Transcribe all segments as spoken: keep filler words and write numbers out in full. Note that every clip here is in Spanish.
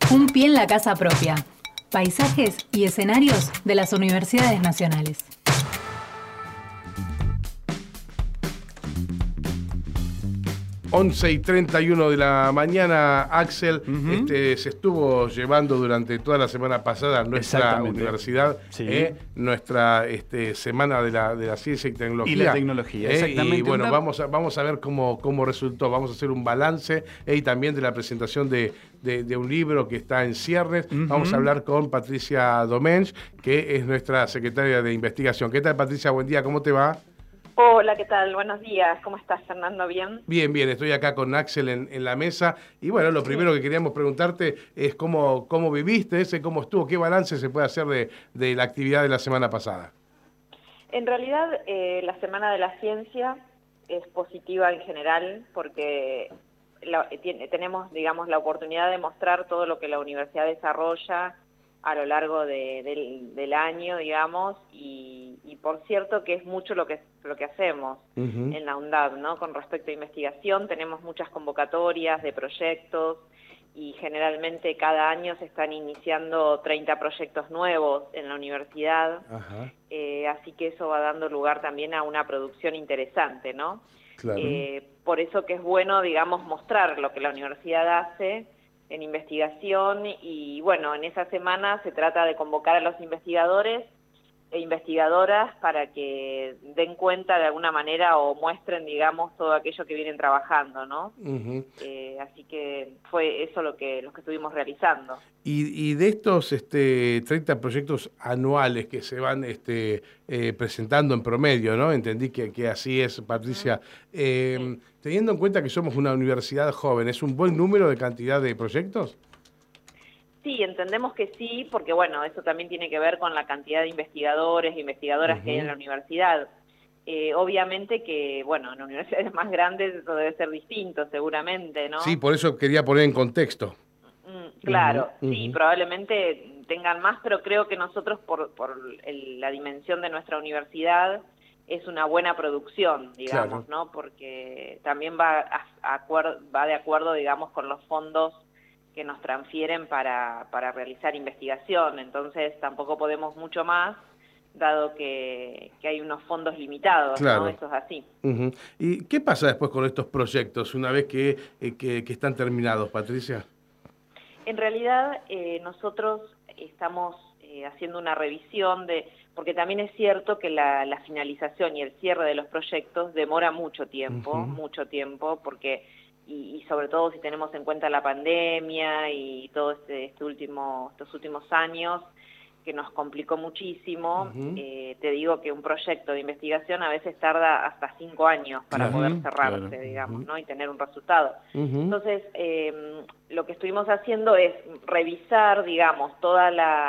Un pie en la casa propia. Paisajes y escenarios de las universidades nacionales. once y treinta y uno de la mañana, Axel, uh-huh. este, se estuvo llevando durante toda la semana pasada nuestra universidad, sí. eh, nuestra este, semana de la, de la ciencia y tecnología. Y la tecnología, eh, exactamente. Y bueno, vamos a, vamos a ver cómo, cómo resultó. Vamos a hacer un balance eh, y también de la presentación de, de, de un libro que está en cierres. Uh-huh. Vamos a hablar con Patricia Domenech, que es nuestra secretaria de investigación. ¿Qué tal, Patricia? Buen día, ¿cómo te va? Hola, ¿qué tal? Buenos días. ¿Cómo estás, Fernando? ¿Bien? Bien, bien. Estoy acá con Axel en, en la mesa. Y bueno, lo primero que queríamos preguntarte es cómo, cómo viviste ese, cómo estuvo, qué balance se puede hacer de, de la actividad de la semana pasada. En realidad, eh, la Semana de la Ciencia es positiva en general porque la, tiene, tenemos, digamos, la oportunidad de mostrar todo lo que la universidad desarrolla a lo largo de, del, del año, digamos, y, y por cierto que es mucho lo que lo que hacemos uh-huh. en la UNDAB, ¿no? Con respecto a investigación, tenemos muchas convocatorias de proyectos y generalmente cada año se están iniciando treinta proyectos nuevos en la universidad, uh-huh. eh, así que eso va dando lugar también a una producción interesante, ¿no? Claro. Eh, por eso que es bueno, digamos, mostrar lo que la universidad hace en investigación y bueno, en esa semana se trata de convocar a los investigadores e investigadoras para que den cuenta de alguna manera o muestren, digamos, todo aquello que vienen trabajando, ¿no? Uh-huh. Eh, así que fue eso lo que, lo que estuvimos realizando. Y, y de estos este, treinta proyectos anuales que se van este, eh, presentando en promedio, ¿no? Entendí que, que así es, Patricia. Uh-huh. eh, sí. Teniendo en cuenta que somos una universidad joven, ¿es un buen número de cantidad de proyectos? Sí, entendemos que sí, porque bueno, eso también tiene que ver con la cantidad de investigadores e investigadoras uh-huh. que hay en la universidad. Eh, obviamente que, bueno, en universidades más grandes eso debe ser distinto, seguramente, ¿no? Sí, por eso quería poner en contexto. Mm, claro, uh-huh. sí, Uh-huh. probablemente tengan más, pero creo que nosotros, por, por el, la dimensión de nuestra universidad, es una buena producción, digamos, claro. ¿no? Porque también va, a, a, va de acuerdo, digamos, con los fondos que nos transfieren para, para realizar investigación, entonces tampoco podemos mucho más, dado que, que hay unos fondos limitados, claro. ¿no? Eso es así. Uh-huh. ¿Y qué pasa después con estos proyectos, una vez que, eh, que, que están terminados, Patricia? En realidad, eh, nosotros estamos eh, haciendo una revisión de, porque también es cierto que la, la finalización y el cierre de los proyectos demora mucho tiempo, uh-huh. mucho tiempo, porque Y, y sobre todo si tenemos en cuenta la pandemia y todo este, este último, estos últimos años que nos complicó muchísimo, uh-huh. eh, te digo que un proyecto de investigación a veces tarda hasta cinco años para uh-huh. poder cerrarse, claro. digamos, uh-huh. ¿no? Y tener un resultado. Uh-huh. Entonces, eh, lo que estuvimos haciendo es revisar, digamos, todos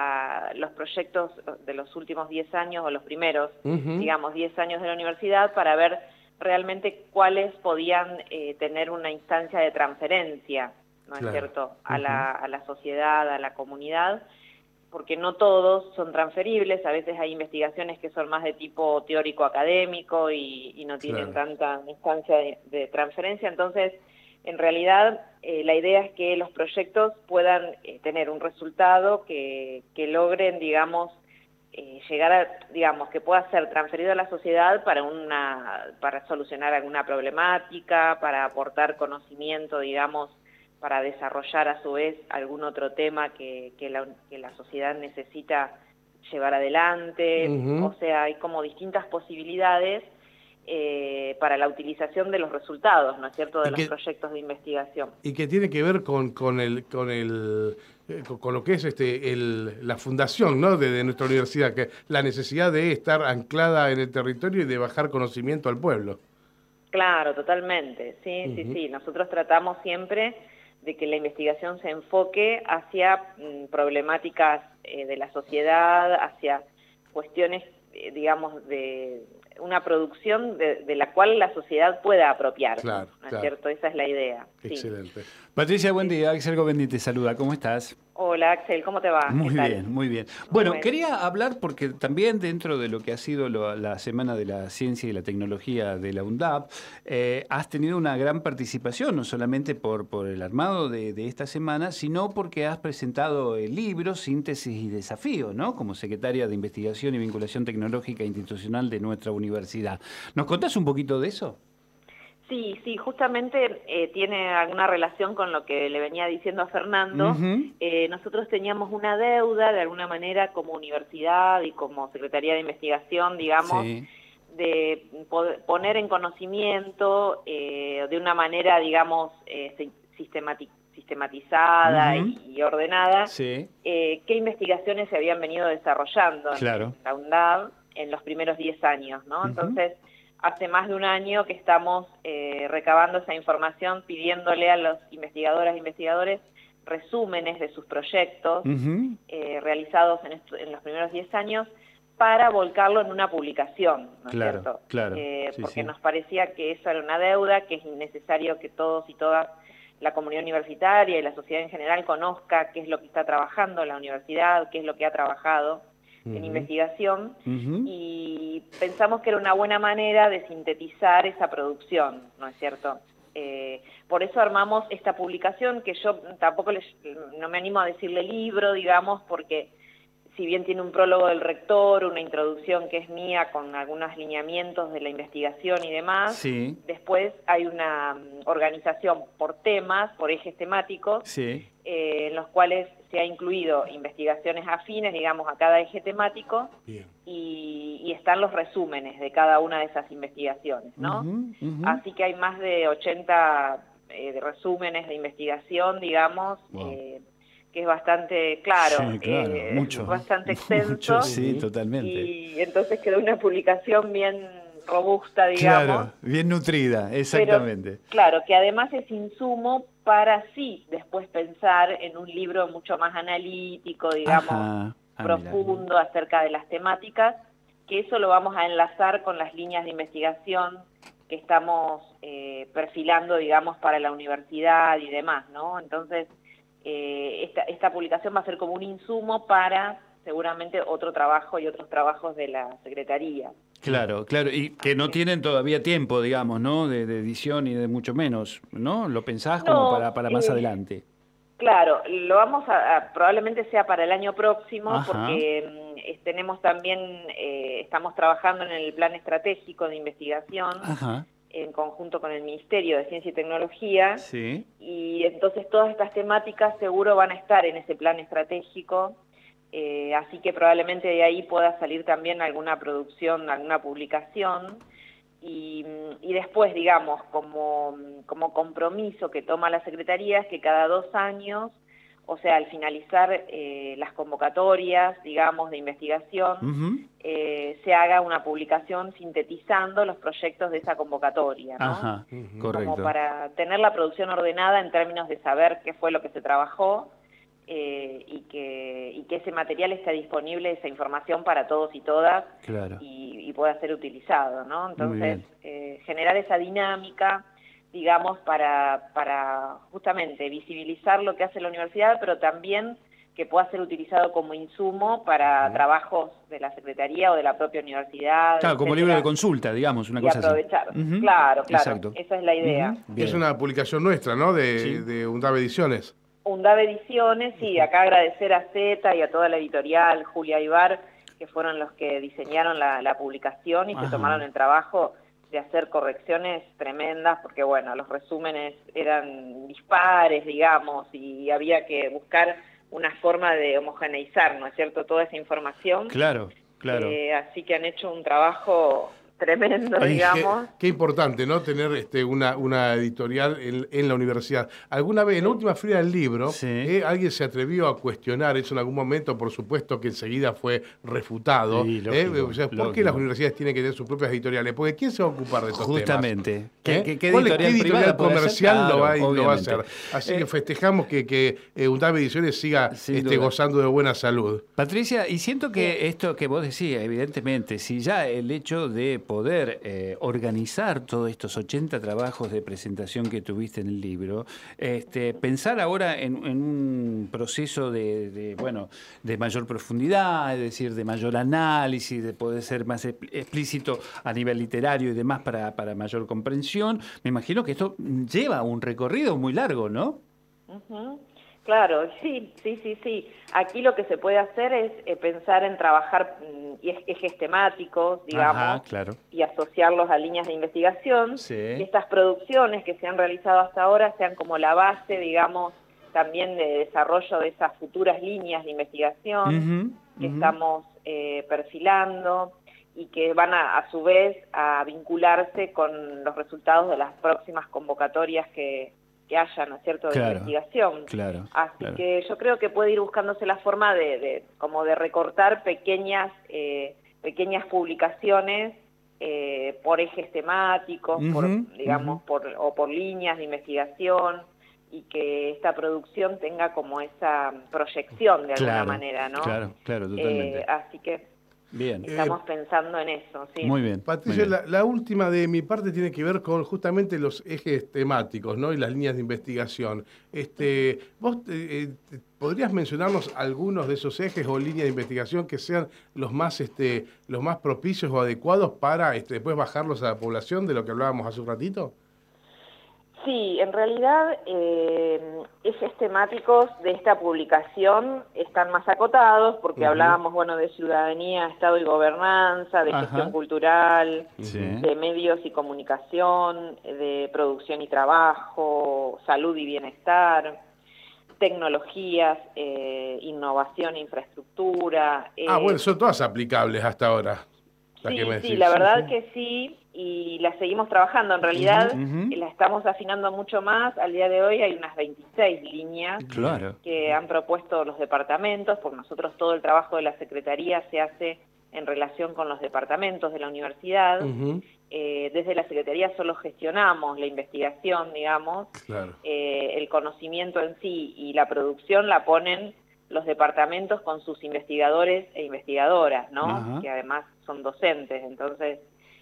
los proyectos de los últimos diez años o los primeros, uh-huh. digamos, diez años de la universidad para ver realmente cuáles podían eh, tener una instancia de transferencia, ¿no claro. es cierto?, a, uh-huh. la, a la sociedad, a la comunidad, porque no todos son transferibles, a veces hay investigaciones que son más de tipo teórico-académico y, y no tienen claro. tanta instancia de, de transferencia, entonces, en realidad, eh, la idea es que los proyectos puedan eh, tener un resultado que, que logren, digamos, Eh, llegar a, digamos, que pueda ser transferido a la sociedad para una para solucionar alguna problemática, para aportar conocimiento, digamos, para desarrollar a su vez algún otro tema que, que, la, que la sociedad necesita llevar adelante. Uh-huh. O sea, hay como distintas posibilidades eh, para la utilización de los resultados, ¿no es cierto?, de los que, proyectos de investigación. Y que tiene que ver con, con el... Con el... con lo que es este el, la fundación, ¿no?, de, de nuestra universidad, que la necesidad de estar anclada en el territorio y de bajar conocimiento al pueblo. Claro, totalmente, sí, uh-huh. sí, sí. Nosotros tratamos siempre de que la investigación se enfoque hacia mm, problemáticas eh, de la sociedad, hacia cuestiones, eh, digamos, de una producción de, de la cual la sociedad pueda apropiarse, claro, ¿no es claro. cierto? Esa es la idea. Excelente. Sí. Patricia, buen día. Axel Govendi te saluda. ¿Cómo estás? Hola Axel, ¿cómo te va? Muy ¿Qué tal? bien, muy bien. Bueno, Bueno. quería hablar porque también dentro de lo que ha sido lo- la Semana de la Ciencia y la Tecnología de la UNDAP, eh, has tenido una gran participación, no solamente por, por el armado de, de esta semana, sino porque has presentado el libro Síntesis y Desafío, ¿no? Como secretaria de Investigación y Vinculación Tecnológica Institucional de nuestra universidad. ¿Nos contás un poquito de eso? Sí, sí, justamente eh, tiene alguna relación con lo que le venía diciendo a Fernando. Ujú. Eh, nosotros teníamos una deuda, de alguna manera, como universidad y como Secretaría de Investigación, digamos, Sí. de poder poner en conocimiento eh, de una manera, digamos, eh, sistemati- sistematizada Ujú. y, y ordenada, Sí. eh, qué investigaciones se habían venido desarrollando Claro. en la UNDAB en los primeros diez años, ¿no? Ujú. Entonces, hace más de un año que estamos eh, recabando esa información, pidiéndole a los investigadoras e investigadores resúmenes de sus proyectos Ujú. eh, realizados en, esto- en los primeros diez años para volcarlo en una publicación, ¿no es Claro, cierto? claro. Eh, Sí, porque sí. nos parecía que eso era una deuda, que es necesario que todos y todas, la comunidad universitaria y la sociedad en general, conozca qué es lo que está trabajando la universidad, qué es lo que ha trabajado en Ujú. investigación, Ujú. y pensamos que era una buena manera de sintetizar esa producción, ¿no es cierto? Eh, por eso armamos esta publicación, que yo tampoco les, no me animo a decirle libro, digamos, porque si bien tiene un prólogo del rector, una introducción que es mía con algunos lineamientos de la investigación y demás, Sí. después hay una mm, organización por temas, por ejes temáticos, Sí. eh, en los cuales se ha incluido investigaciones afines, digamos, a cada eje temático, Bien. y, y están los resúmenes de cada una de esas investigaciones, ¿no? Ujú, ujú. Así que hay más de ochenta eh, de resúmenes de investigación, digamos, Wow. eh, que es bastante claro, Sí, claro, eh, mucho. bastante extenso, Mucho, sí, Ujú. totalmente. y entonces quedó una publicación bien robusta, digamos. Claro, bien nutrida, Pero, exactamente. claro, que además es insumo para sí después pensar en un libro mucho más analítico, digamos, Ajá. Ah, profundo acerca de las temáticas, que eso lo vamos a enlazar con las líneas de investigación que estamos eh, perfilando, digamos, para la universidad y demás, ¿no? Entonces, eh, esta, esta publicación va a ser como un insumo para seguramente otro trabajo y otros trabajos de la Secretaría. claro, claro, y que no tienen todavía tiempo, digamos, ¿no? De, de edición y de mucho menos, ¿no? ¿Lo pensás como No, para, para más eh, adelante? Claro, lo vamos a, a- probablemente sea para el año próximo, Ajá. porque mm, es- tenemos también, eh, estamos trabajando en el plan estratégico de investigación Ajá. en conjunto con el Ministerio de Ciencia y Tecnología, Sí. y entonces todas estas temáticas seguro van a estar en ese plan estratégico, eh, así que probablemente de ahí pueda salir también alguna producción, alguna publicación. Y, y después, digamos, como, como compromiso que toma la Secretaría es que cada dos años, o sea, al finalizar eh, las convocatorias, digamos, de investigación, Ujú. eh, se haga una publicación sintetizando los proyectos de esa convocatoria, ¿no? Ajá, Ujú. correcto. Como para tener la producción ordenada en términos de saber qué fue lo que se trabajó, eh, y, que, y que ese material esté disponible, esa información para todos y todas, Claro. y, y pueda ser utilizado, ¿no? Muy Entonces, bien. eh, generar esa dinámica, digamos, para, para justamente visibilizar lo que hace la universidad, pero también que pueda ser utilizado como insumo para Ujú. trabajos de la Secretaría o de la propia universidad. Claro, como etcétera, libro de consulta, digamos, una y cosa así. aprovechar. Ujú. Claro, claro, Exacto. esa es la idea. Ujú. Bien. Es una publicación nuestra, ¿no? De, Sí. de UNDAB Ediciones. UNDAB Ediciones, y acá agradecer a Z y a toda la editorial, Julia Ibar, que fueron los que diseñaron la, la publicación y Ajá. se tomaron el trabajo de hacer correcciones tremendas, porque bueno, los resúmenes eran dispares, digamos, y había que buscar una forma de homogeneizar, ¿no es cierto?, toda esa información. Claro, claro. Eh, así que han hecho un trabajo tremendo, Ay, digamos. Qué, qué importante, ¿no? Tener este, una, una editorial en, en la universidad. ¿Alguna vez, en la última feria del libro, Sí. eh, alguien se atrevió a cuestionar eso en algún momento? Por supuesto que enseguida fue refutado. Sí, eh? lógico, O sea, ¿por qué lógico. las universidades tienen que tener sus propias editoriales? Porque ¿quién se va a ocupar de esos Justamente. temas? ¿Qué, ¿Eh? qué, qué ¿Cuál- editorial, qué editorial privada puede comercial hacer? lo, va, a- Claro, lo va a hacer? obviamente. Así Eh, que festejamos que, que eh, UNDAB Ediciones siga Sin este, duda. gozando de buena salud. Patricia, y siento que esto que vos decías, evidentemente, si ya el hecho de poder eh, organizar todos estos ochenta trabajos de presentación que tuviste en el libro, este, pensar ahora en, en un proceso de, de, bueno, de mayor profundidad, es decir, de mayor análisis, de poder ser más explícito a nivel literario y demás para, para mayor comprensión. Me imagino que esto lleva un recorrido muy largo, ¿no? Uh-huh. Claro, sí, sí, sí, sí. Aquí lo que se puede hacer es eh, pensar en trabajar mm, ejes temáticos, digamos, Ajá, claro. y asociarlos a líneas de investigación. Sí. Y estas producciones que se han realizado hasta ahora sean como la base, digamos, también de desarrollo de esas futuras líneas de investigación Uh-huh, que uh-huh. estamos eh, perfilando y que van a, a su vez a vincularse con los resultados de las próximas convocatorias que que haya, ¿no es cierto?, de Claro, investigación. claro, Así claro. que yo creo que puede ir buscándose la forma de, de como de recortar pequeñas eh, pequeñas publicaciones eh, por ejes temáticos, Uh-huh, por digamos, uh-huh. por o por líneas de investigación, y que esta producción tenga como esa proyección de alguna Claro, manera, ¿no? claro, claro, totalmente. Eh, así que Bien. estamos pensando en eso, sí. Muy bien. Patricia, muy bien. la, la última de mi parte tiene que ver con justamente los ejes temáticos, ¿no? Y las líneas de investigación. Este, ¿Vos eh, eh, podrías mencionarnos algunos de esos ejes o líneas de investigación que sean los más, este, los más propicios o adecuados para este, después bajarlos a la población, de lo que hablábamos hace un ratito? Sí, en realidad eh, ejes temáticos de esta publicación están más acotados porque Uh-huh. hablábamos, bueno, de ciudadanía, Estado y gobernanza, de Ajá. gestión cultural, Sí. de medios y comunicación, de producción y trabajo, salud y bienestar, tecnologías, eh, innovación e infraestructura. Ah, eh, bueno, son todas aplicables hasta ahora. las Sí, que me sí, decís. la verdad Sí, sí. que sí, y la seguimos trabajando. En realidad, Ujú. la estamos afinando mucho más. Al día de hoy hay unas veintiséis líneas Claro. que han propuesto los departamentos, porque nosotros todo el trabajo de la Secretaría se hace en relación con los departamentos de la universidad. Ujú, Eh, desde la Secretaría solo gestionamos la investigación, digamos, claro. eh, el conocimiento en sí y la producción la ponen los departamentos con sus investigadores e investigadoras, ¿no? Ajá. Que además son docentes. Entonces,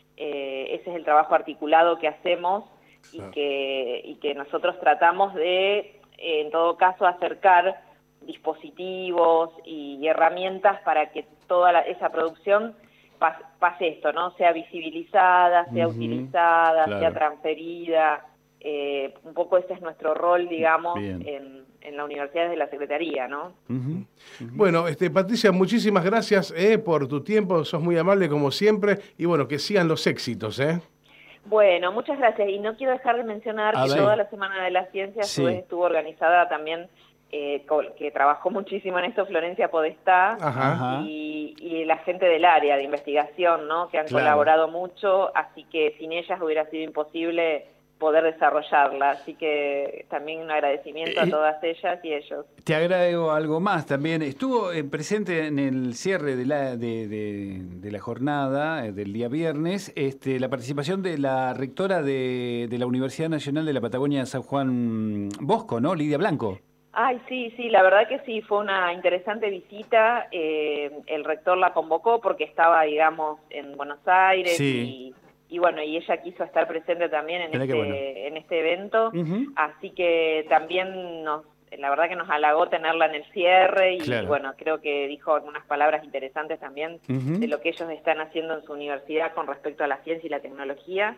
eh, ese es el trabajo articulado que hacemos y, Claro. que, y que nosotros tratamos de, eh, en todo caso, acercar dispositivos y herramientas para que toda la, esa producción pase, pase esto, ¿no? Sea visibilizada, sea Ujú, utilizada, claro. sea transferida. Eh, un poco ese es nuestro rol, digamos, Bien. en, en la universidad de la Secretaría, ¿no? Ujú. Bueno, este, Patricia, muchísimas gracias eh, por tu tiempo, sos muy amable como siempre, y bueno, que sigan los éxitos, ¿eh? Bueno, muchas gracias. Y no quiero dejar de mencionar A que ver. toda la Semana de la Ciencia a su Sí. vez estuvo organizada también, eh, co- que trabajó muchísimo en esto, Florencia Podestá, Ajá. Ajá. y, y la gente del área de investigación, ¿no? Que han Claro. colaborado mucho, así que sin ellas hubiera sido imposible poder desarrollarla. Así que también un agradecimiento Eh, a todas ellas y ellos. Te agrego algo más también. Estuvo eh, presente en el cierre de la, de, de- de la jornada eh, del día viernes este, la participación de la rectora de, de la Universidad Nacional de la Patagonia San Juan Bosco, ¿no? Lidia Blanco. Ay, sí, sí, la verdad que sí, fue una interesante visita. Eh, el rector la convocó porque estaba, digamos, en Buenos Aires Sí. y, y bueno, y ella quiso estar presente también en Mirá este, qué bueno. en este evento. Ujú. Así que también nos, la verdad que nos halagó tenerla en el cierre y Claro. bueno, creo que dijo algunas palabras interesantes también Ujú. de lo que ellos están haciendo en su universidad con respecto a la ciencia y la tecnología.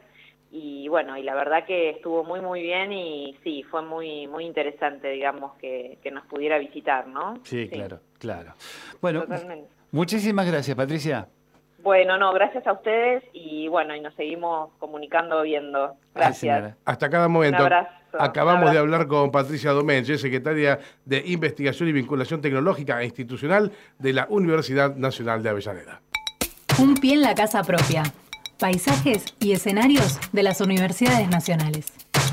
Y bueno, y la verdad que estuvo muy muy bien y sí, fue muy muy interesante, digamos, que, que nos pudiera visitar, ¿no? Sí, claro, claro. Bueno, Totalmente. muchísimas gracias, Patricia. Bueno, no, gracias a ustedes y bueno, y nos seguimos comunicando, viendo. Ay, Gracias. señora. Hasta cada momento. Un abrazo, Acabamos un de abrazo. hablar con Patricia Domenge, secretaria de Investigación y Vinculación Tecnológica e Institucional de la Universidad Nacional de Avellaneda. Un pie en la casa propia. Paisajes y escenarios de las universidades nacionales.